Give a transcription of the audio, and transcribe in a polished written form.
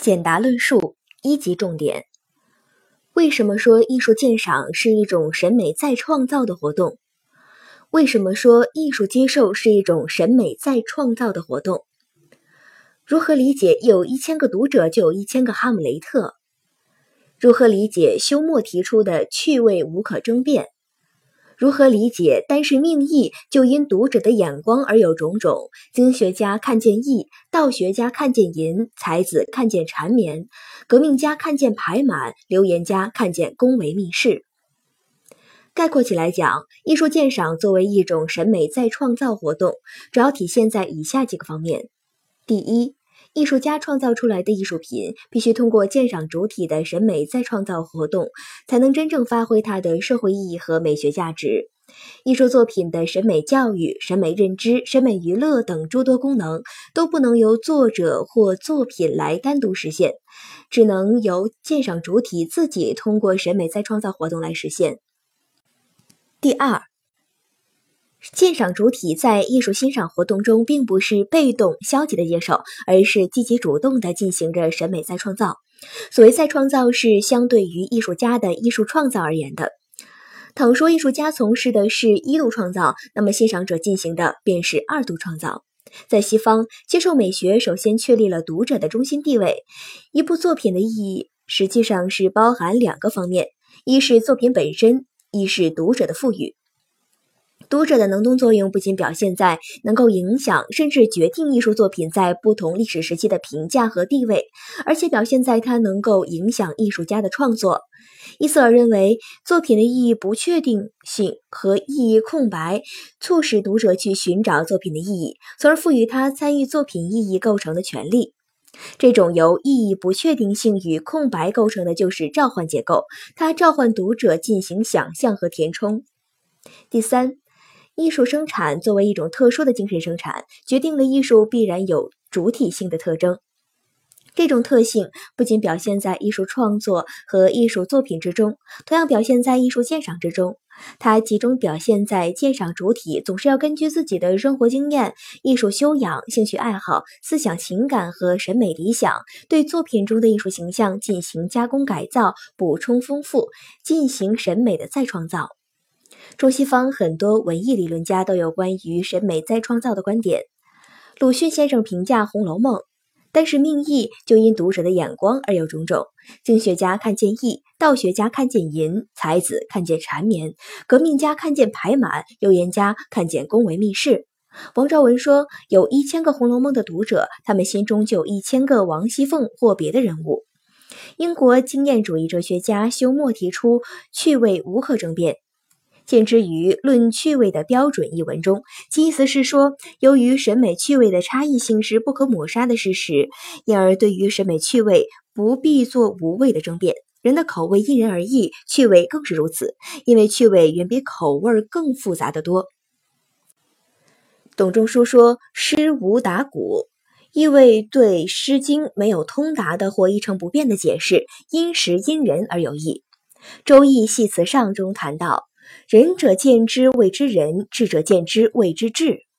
简答论述一级重点。为什么说艺术鉴赏是一种审美再创造的活动？为什么说艺术接受是一种审美再创造的活动？如何理解有1000个读者就有1000个哈姆雷特？如何理解休谟提出的趣味无可争辩？如何理解单是命意就因读者的眼光而有种种，经学家看见意，道学家看见淫，才子看见缠绵，革命家看见排满，流言家看见宫闱秘事？概括起来讲，艺术鉴赏作为一种审美再创造活动，主要体现在以下几个方面。第一，艺术家创造出来的艺术品必须通过鉴赏主体的审美再创造活动，才能真正发挥它的社会意义和美学价值。艺术作品的审美教育、审美认知、审美娱乐等诸多功能都不能由作者或作品来单独实现，只能由鉴赏主体自己通过审美再创造活动来实现。第二，鉴赏主体在艺术欣赏活动中并不是被动消极的接受，而是积极主动地进行着审美再创造。所谓再创造是相对于艺术家的艺术创造而言的。倘说艺术家从事的是1度创造，那么欣赏者进行的便是2度创造。在西方，接受美学首先确立了读者的中心地位。一部作品的意义实际上是包含2个方面，一是作品本身，一是读者的赋予。读者的能动作用不仅表现在能够影响甚至决定艺术作品在不同历史时期的评价和地位，而且表现在它能够影响艺术家的创作。伊瑟尔认为，作品的意义不确定性和意义空白促使读者去寻找作品的意义，从而赋予他参与作品意义构成的权利。这种由意义不确定性与空白构成的就是召唤结构，它召唤读者进行想象和填充。第三，艺术生产作为一种特殊的精神生产，决定了艺术必然有主体性的特征。这种特性不仅表现在艺术创作和艺术作品之中，同样表现在艺术鉴赏之中。它集中表现在鉴赏主体总是要根据自己的生活经验、艺术修养、兴趣爱好、思想情感和审美理想，对作品中的艺术形象进行加工改造、补充丰富，进行审美的再创造。中西方很多文艺理论家都有关于审美再创造的观点。鲁迅先生评价《红楼梦》，但是命意就因读者的眼光而有种种，经学家看见意，道学家看见淫，才子看见缠绵，革命家看见排满，流言家看见宫闱秘事。王昭文说，有1000个《红楼梦》的读者，他们心中就有1000个王熙凤或别的人物。英国经验主义哲学家休谟提出趣味无可争辩，见之于《论趣味的标准》一文中，其意思是说，由于审美趣味的差异性是不可抹杀的事实，因而对于审美趣味不必做无谓的争辩。人的口味因人而异，趣味更是如此，因为趣味远比口味更复杂得多。董仲舒说，诗无达古，意味对《诗经》没有通达的或一成不变的解释，因时因人而有异。周易系辞上中谈到，仁者见之谓之仁，智者见之谓之智。